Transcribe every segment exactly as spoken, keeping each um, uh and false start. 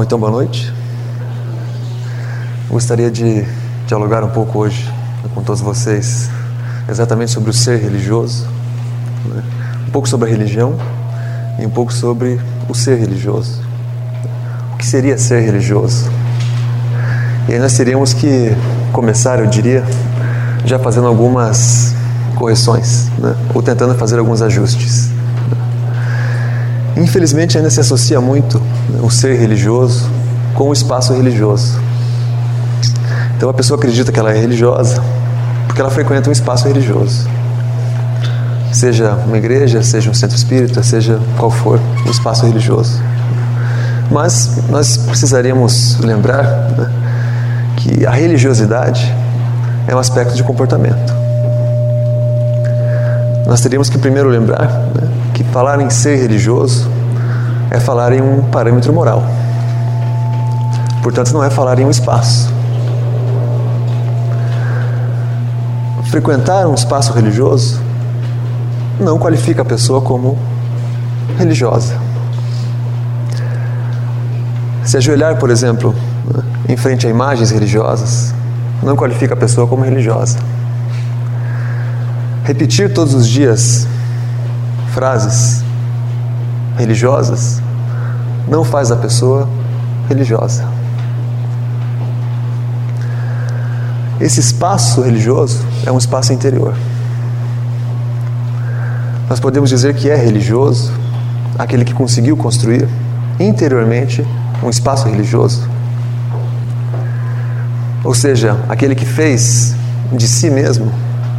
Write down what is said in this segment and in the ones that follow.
Bom, então, boa noite. Gostaria de dialogar um pouco hoje com todos vocês exatamente sobre o ser religioso, né? Um pouco sobre a religião e um pouco sobre o ser religioso. O que seria ser religioso? E aí nós teríamos que começar, eu diria, já fazendo algumas correções, né? Ou tentando fazer alguns ajustes. Infelizmente ainda se associa muito, né, o ser religioso com o espaço religioso. Então a pessoa acredita que ela é religiosa porque ela frequenta um espaço religioso. Seja uma igreja, seja um centro espírita, seja qual for o espaço religioso. Mas nós precisaríamos lembrar, né, que a religiosidade é um aspecto de comportamento. Nós teríamos que primeiro lembrar, né, que falar em ser religioso é falar em um parâmetro moral. Portanto, não é falar em um espaço. Frequentar um espaço religioso não qualifica a pessoa como religiosa. Se ajoelhar, por exemplo, em frente a imagens religiosas, não qualifica a pessoa como religiosa. Repetir todos os dias frases religiosas não faz a pessoa religiosa. Esse espaço religioso é um espaço interior. Nós podemos dizer que é religioso aquele que conseguiu construir interiormente um espaço religioso. Ou seja, aquele que fez de si mesmo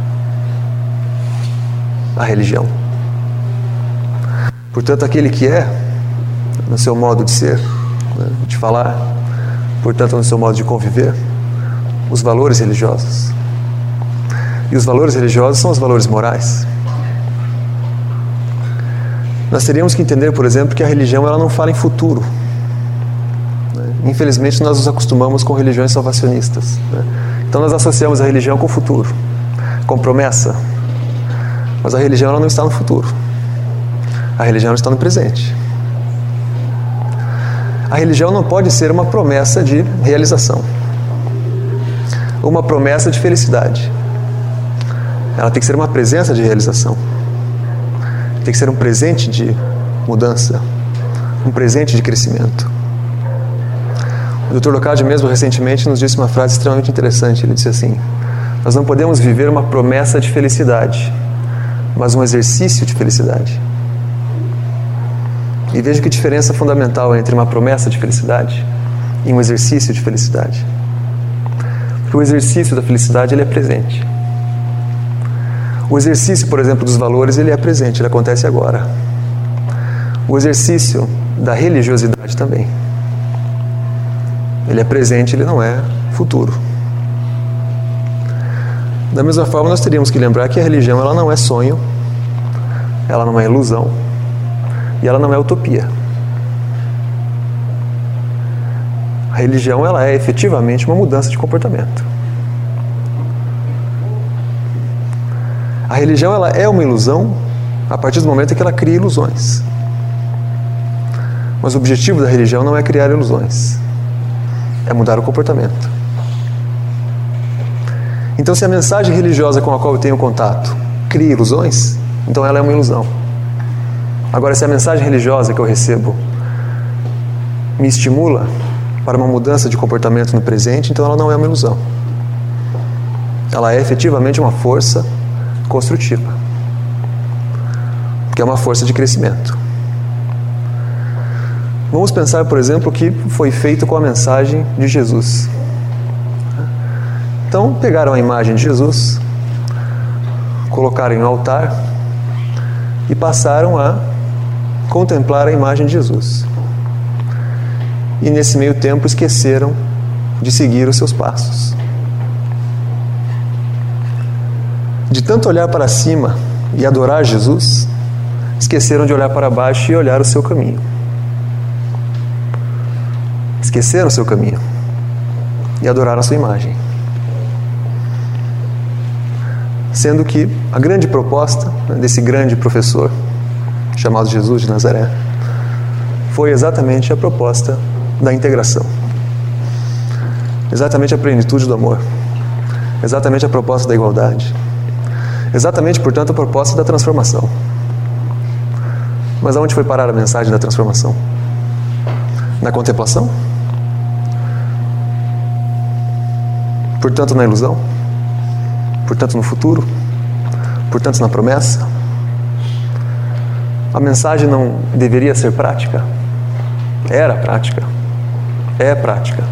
a religião. Portanto, aquele que é, no seu modo de ser, né, de falar, portanto, no seu modo de conviver, os valores religiosos. E os valores religiosos são os valores morais. Nós teríamos que entender, por exemplo, que a religião ela não fala em futuro. Infelizmente, nós nos acostumamos com religiões salvacionistas, né? Então, nós associamos a religião com o futuro, com promessa. Mas a religião ela não está no futuro. A religião está no presente. A religião não pode ser uma promessa de realização, uma promessa de felicidade. Ela tem que ser uma presença de realização. Tem que ser um presente de mudança, um presente de crescimento. O doutor Locadi mesmo recentemente nos disse uma frase extremamente interessante. Ele disse assim: nós não podemos viver uma promessa de felicidade, mas um exercício de felicidade. E veja que diferença fundamental entre uma promessa de felicidade e um exercício de felicidade. Porque o exercício da felicidade ele é presente. O exercício, por exemplo, dos valores, ele é presente, ele acontece agora. O exercício da religiosidade também. Ele é presente, ele não é futuro. Da mesma forma, nós teríamos que lembrar que a religião ela não é sonho, ela não é ilusão e ela não é utopia. A religião ela é efetivamente uma mudança de comportamento. A religião ela é uma ilusão a partir do momento em que ela cria ilusões. Mas o objetivo da religião não é criar ilusões, é mudar o comportamento. Então, se a mensagem religiosa com a qual eu tenho contato cria ilusões, então ela é uma ilusão. Agora, se a mensagem religiosa que eu recebo me estimula para uma mudança de comportamento no presente, então ela não é uma ilusão. Ela é efetivamente uma força construtiva, que é uma força de crescimento. Vamos pensar, por exemplo, o que foi feito com a mensagem de Jesus. Então, pegaram a imagem de Jesus, colocaram no altar e passaram a contemplar a imagem de Jesus. E nesse meio tempo esqueceram de seguir os seus passos. De tanto olhar para cima e adorar Jesus, esqueceram de olhar para baixo e olhar o seu caminho. Esqueceram o seu caminho e adoraram a sua imagem. Sendo que a grande proposta desse grande professor chamado Jesus de Nazaré foi exatamente a proposta da integração. Exatamente a plenitude do amor. Exatamente a proposta da igualdade. Exatamente, portanto, a proposta da transformação. Mas aonde foi parar a mensagem da transformação? Na contemplação? Portanto, na ilusão? Portanto, no futuro? Portanto, na promessa? A mensagem não deveria ser prática? Era prática. É prática.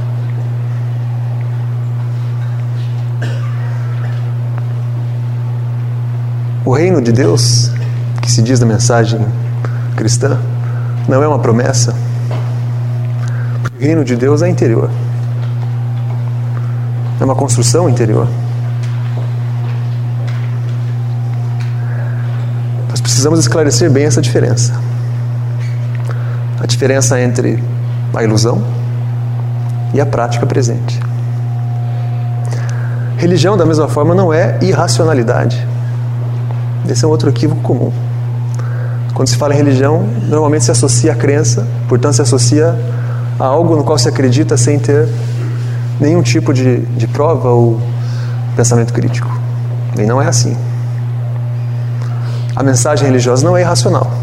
O reino de Deus, que se diz na mensagem cristã, não é uma promessa. O reino de Deus é interior. É uma construção interior. Nós precisamos esclarecer bem essa diferença. A diferença entre a ilusão e a prática presente. Religião, da mesma forma, não é irracionalidade. Esse é um outro equívoco comum. Quando se fala em religião, normalmente se associa a crença, portanto se associa a algo no qual se acredita sem ter nenhum tipo de, de prova ou pensamento crítico. E não é assim. A mensagem religiosa não é irracional.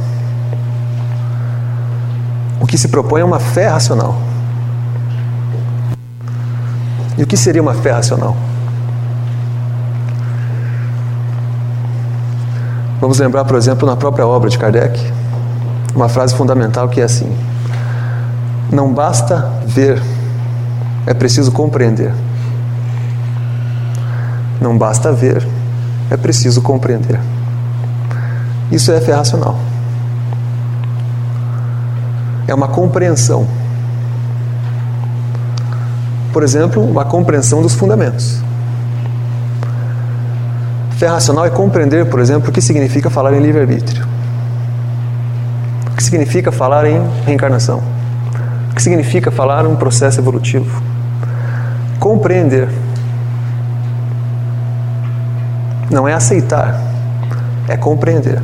O que se propõe é uma fé racional. E o que seria uma fé racional? Vamos lembrar, por exemplo, na própria obra de Kardec, uma frase fundamental que é assim: não basta ver, é preciso compreender. Não basta ver, é preciso compreender. Isso é fé racional. É uma compreensão. Por exemplo, uma compreensão dos fundamentos. Fé racional é compreender, por exemplo, o que significa falar em livre-arbítrio. O que significa falar em reencarnação. O que significa falar em um processo evolutivo. Compreender. Não é aceitar, é compreender.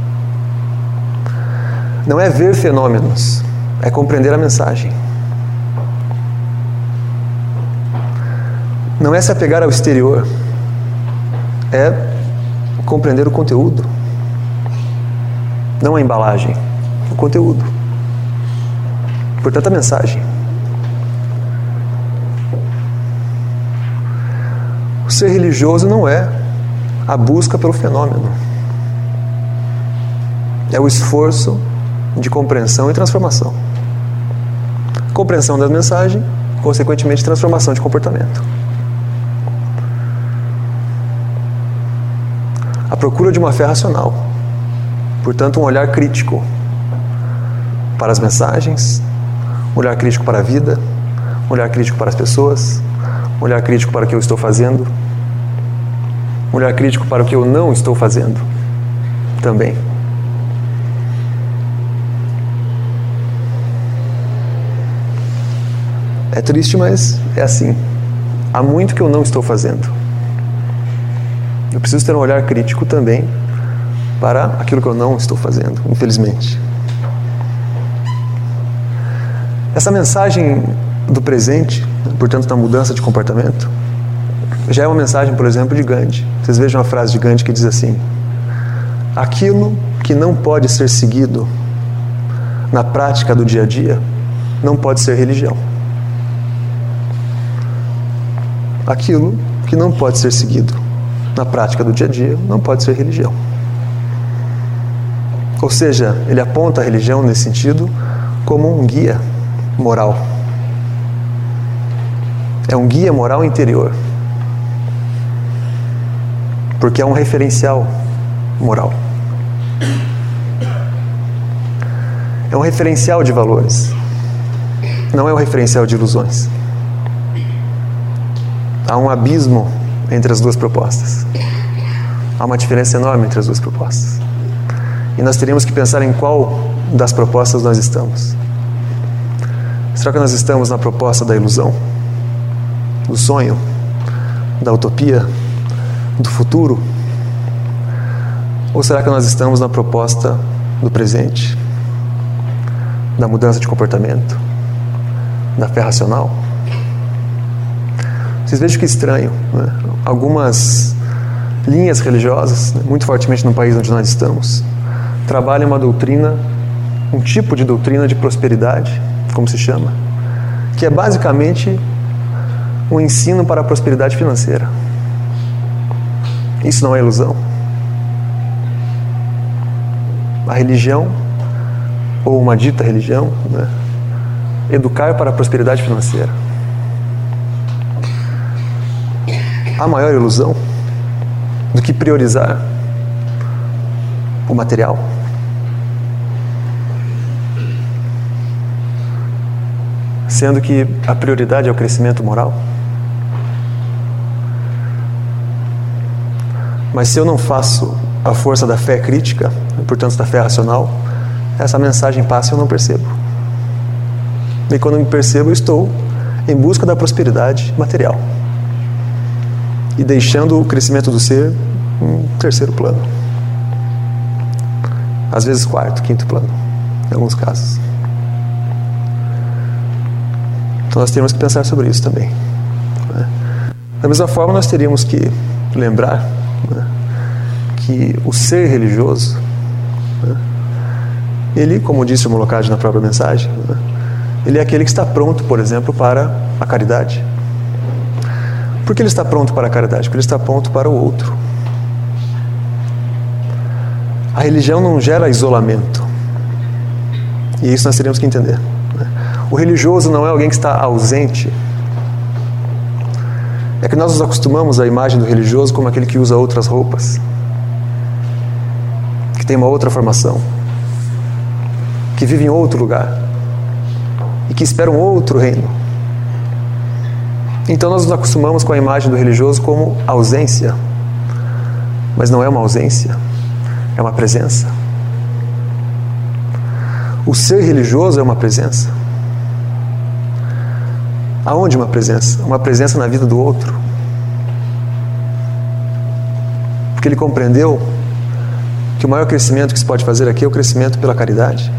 Não é ver fenômenos, é compreender a mensagem. Não é se apegar ao exterior, é compreender o conteúdo. Não a embalagem, o conteúdo. Portanto, a mensagem. O ser religioso não é a busca pelo fenômeno. É o esforço de compreensão e transformação. Compreensão da mensagem, consequentemente, transformação de comportamento. A procura de uma fé racional. Portanto, um olhar crítico para as mensagens, um olhar crítico para a vida, um olhar crítico para as pessoas, um olhar crítico para o que eu estou fazendo, um olhar crítico para o que eu não estou fazendo também. É triste, mas é assim. Há muito que eu não estou fazendo. Eu preciso ter um olhar crítico também para aquilo que eu não estou fazendo, infelizmente. Essa mensagem do presente, portanto, da mudança de comportamento, já é uma mensagem, por exemplo, de Gandhi. Vocês vejam a frase de Gandhi que diz assim: aquilo que não pode ser seguido na prática do dia a dia não pode ser religião. Aquilo que não pode ser seguido na prática do dia a dia não pode ser religião. Ou seja, ele aponta a religião nesse sentido como um guia moral. É um guia moral interior. Porque é um referencial moral. É um referencial de valores. Não é um referencial de ilusões. Há um abismo entre as duas propostas. Há uma diferença enorme entre as duas propostas. E nós teríamos que pensar em qual das propostas nós estamos. Será que nós estamos na proposta da ilusão? Do sonho? Da utopia? Do futuro? Ou será que nós estamos na proposta do presente? Da mudança de comportamento? da fé racional. Vocês vejam que estranho, né? Algumas linhas religiosas, né, muito fortemente no país onde nós estamos, trabalham uma doutrina, um tipo de doutrina de prosperidade, como se chama, que é basicamente um ensino para a prosperidade financeira. Isso não é ilusão? A religião, ou uma dita religião, né, educar para a prosperidade financeira. Há maior ilusão do que priorizar o material? Sendo que a prioridade é o crescimento moral? Mas se eu não faço a força da fé crítica, portanto da fé racional, essa mensagem passa e eu não percebo. E quando eu me percebo, eu estou em busca da prosperidade material e deixando o crescimento do ser em terceiro plano, às vezes quarto, quinto plano, em alguns casos. Então nós temos que pensar sobre isso também, né? Da mesma forma, nós teríamos que lembrar, né, que o ser religioso, né, ele, como disse o Molokad na própria mensagem, né, ele é aquele que está pronto, por exemplo, para a caridade. Por que ele está pronto para a caridade? Porque ele está pronto para o outro. A religião não gera isolamento. E isso nós teríamos que entender, né? O religioso não é alguém que está ausente. É que nós nos acostumamos à imagem do religioso como aquele que usa outras roupas, que tem uma outra formação, que vive em outro lugar e que espera um outro reino. Então nós nos acostumamos com a imagem do religioso como ausência, mas não é uma ausência, é uma presença. O ser religioso é uma presença. Aonde uma presença? Uma presença na vida do outro. Porque ele compreendeu que o maior crescimento que se pode fazer aqui é o crescimento pela caridade.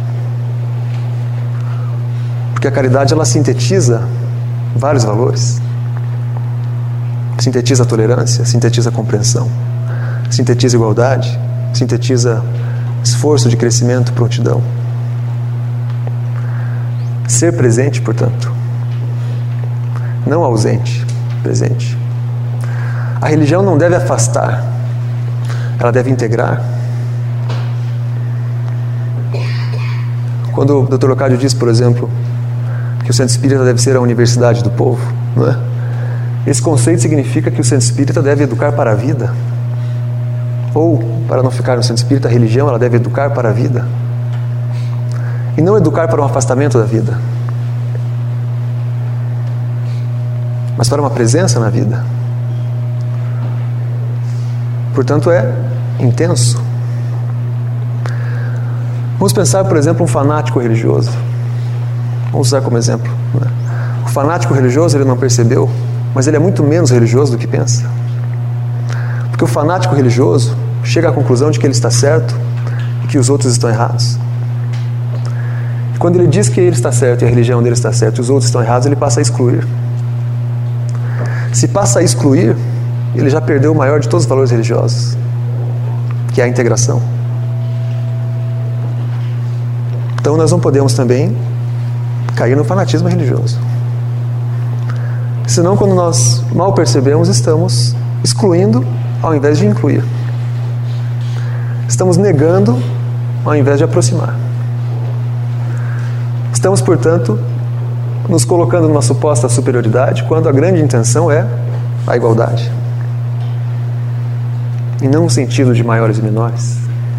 Porque a caridade, ela sintetiza vários valores. Sintetiza a tolerância, sintetiza a compreensão, sintetiza a igualdade, sintetiza esforço de crescimento, prontidão. Ser presente, portanto, não ausente, presente. A religião não deve afastar, ela deve integrar. Quando o doutor Locádio diz, por exemplo, que o centro espírita deve ser a universidade do povo, não é? Esse conceito significa que o centro espírita deve educar para a vida. Ou, para não ficar no centro espírita, a religião, ela deve educar para a vida. E não educar para um afastamento da vida, mas para uma presença na vida. Portanto, é intenso. Vamos pensar, por exemplo, um fanático religioso. Vamos usar como exemplo, né? O fanático religioso, ele não percebeu, mas ele é muito menos religioso do que pensa. Porque o fanático religioso chega à conclusão de que ele está certo e que os outros estão errados. E quando ele diz que ele está certo e a religião dele está certa e os outros estão errados, ele passa a excluir. Se passa a excluir, ele já perdeu o maior de todos os valores religiosos, que é a integração. Então nós não podemos também cair no fanatismo religioso. Senão, quando nós mal percebemos, estamos excluindo ao invés de incluir. Estamos negando ao invés de aproximar. Estamos, portanto, nos colocando numa suposta superioridade, quando a grande intenção é a igualdade. E não no sentido de maiores e menores.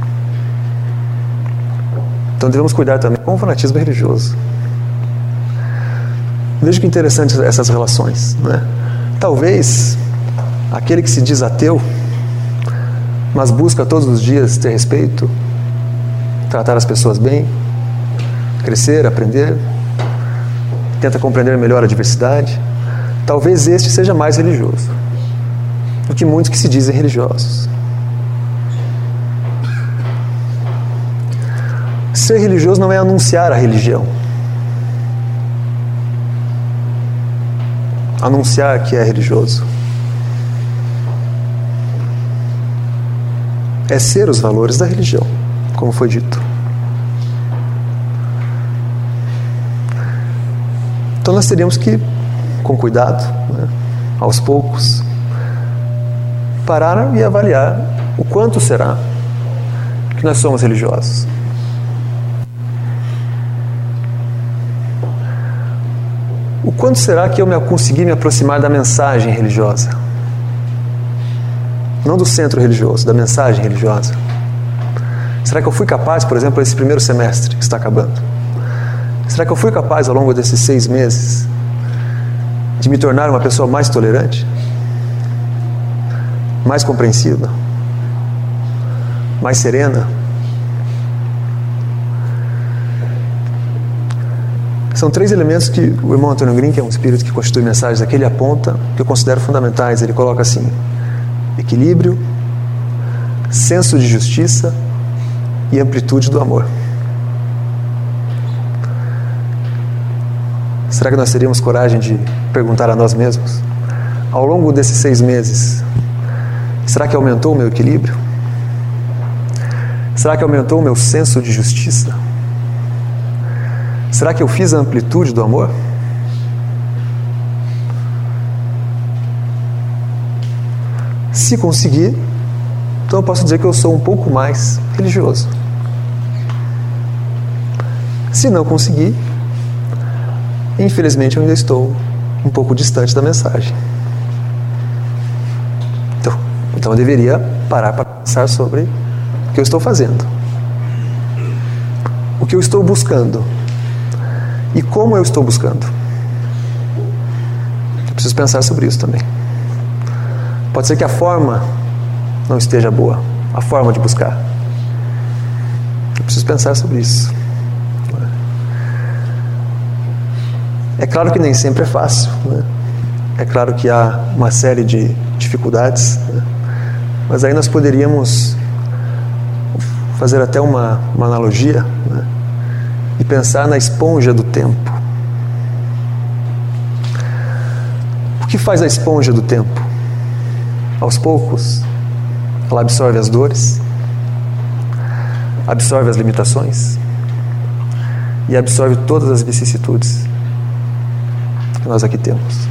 Então devemos cuidar também com o fanatismo religioso. Veja que interessante essas relações, né? Talvez aquele que se diz ateu, mas busca todos os dias ter respeito, tratar as pessoas bem, crescer, aprender, tenta compreender melhor a diversidade, talvez este seja mais religioso do que muitos que se dizem religiosos. Ser religioso não é anunciar a religião. anunciar que é religioso. É ser os valores da religião, como foi dito. Então nós teríamos que, com cuidado, né, aos poucos, parar e avaliar o quanto será que nós somos religiosos. O quanto será que eu me consegui me aproximar da mensagem religiosa? Não do centro religioso, da mensagem religiosa. Será que eu fui capaz, por exemplo, esse primeiro semestre que está acabando? Será que eu fui capaz, ao longo desses seis meses, de me tornar uma pessoa mais tolerante? Mais compreensiva? Mais serena? São três elementos que o irmão Antônio Green, que é um espírito que constitui mensagens aqui, ele aponta, que eu considero fundamentais. Ele coloca assim: equilíbrio, senso de justiça e amplitude do amor. Será que nós teríamos coragem de perguntar a nós mesmos, ao longo desses seis meses, será que aumentou o meu equilíbrio? Será que aumentou o meu senso de justiça? Será que eu fiz a amplitude do amor? Se conseguir, então eu posso dizer que eu sou um pouco mais religioso. Se não conseguir, infelizmente eu ainda estou um pouco distante da mensagem. Então, então eu deveria parar para pensar sobre o que eu estou fazendo, o que eu estou buscando e como eu estou buscando. Eu preciso pensar sobre isso também. Pode ser que a forma não esteja boa, a forma de buscar. Eu preciso pensar sobre isso. É claro que nem sempre é fácil, né? É claro que há uma série de dificuldades, né? Mas aí nós poderíamos fazer até uma, uma analogia, né? E pensar na esponja do tempo. O que faz a esponja do tempo? Aos poucos, ela absorve as dores, absorve as limitações e absorve todas as vicissitudes que nós aqui temos.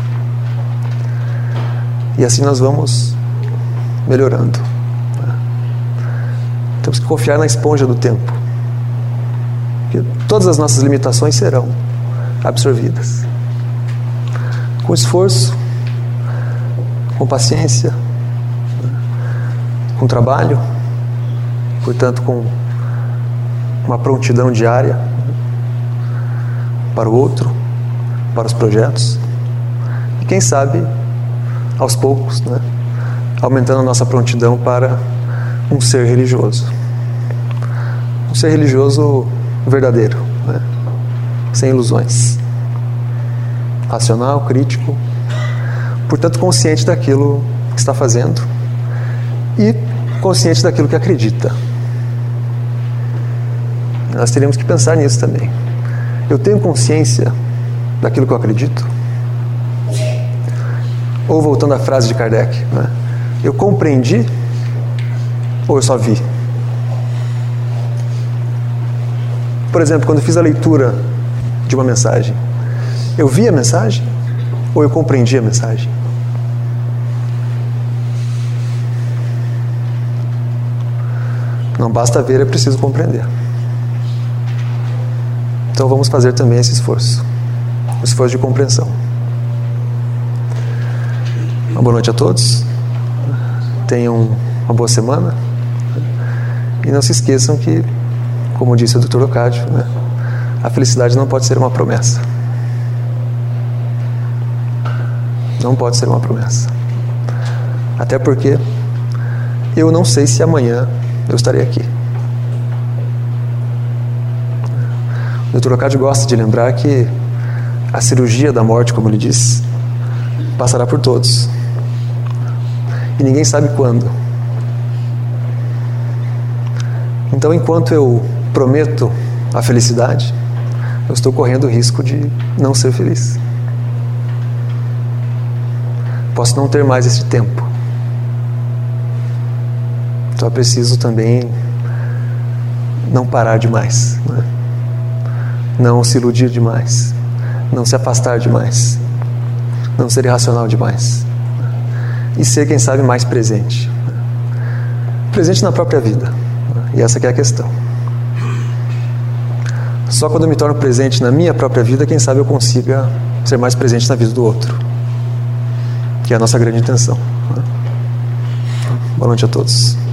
E assim nós vamos melhorando. Temos que confiar na esponja do tempo, porque todas as nossas limitações serão absorvidas. Com esforço, com paciência, com trabalho, portanto com uma prontidão diária para o outro, para os projetos, e quem sabe aos poucos, né, aumentando a nossa prontidão para um ser religioso, um ser religioso verdadeiro, né, sem ilusões, racional, crítico, portanto consciente daquilo que está fazendo e consciente daquilo que acredita. Nós teríamos que pensar nisso também. Eu tenho consciência daquilo que eu acredito? Ou, voltando à frase de Kardec, né, eu compreendi ou eu só vi? Por exemplo, quando eu fiz a leitura de uma mensagem, eu vi a mensagem ou eu compreendi a mensagem? Não basta ver, é preciso compreender. Então vamos fazer também esse esforço, o esforço de compreensão. Uma boa noite a todos. Tenham uma boa semana. E não se esqueçam que, como disse o doutor Leocádio, né, a felicidade não pode ser uma promessa. Não pode ser uma promessa. Até porque eu não sei se amanhã eu estarei aqui. O doutor Leocádio gosta de lembrar que a cirurgia da morte, como ele diz, passará por todos. E ninguém sabe quando. Então, enquanto eu prometo a felicidade, eu estou correndo o risco de não ser feliz. posso não ter mais esse tempo. Então é preciso também não parar demais, né? Não se iludir demais, não se afastar demais, não ser irracional demais, e ser, quem sabe, mais presente. Presente na própria vida. E essa que é a questão. Só quando eu me torno presente na minha própria vida, quem sabe eu consiga ser mais presente na vida do outro, que é a nossa grande intenção. Boa noite a todos.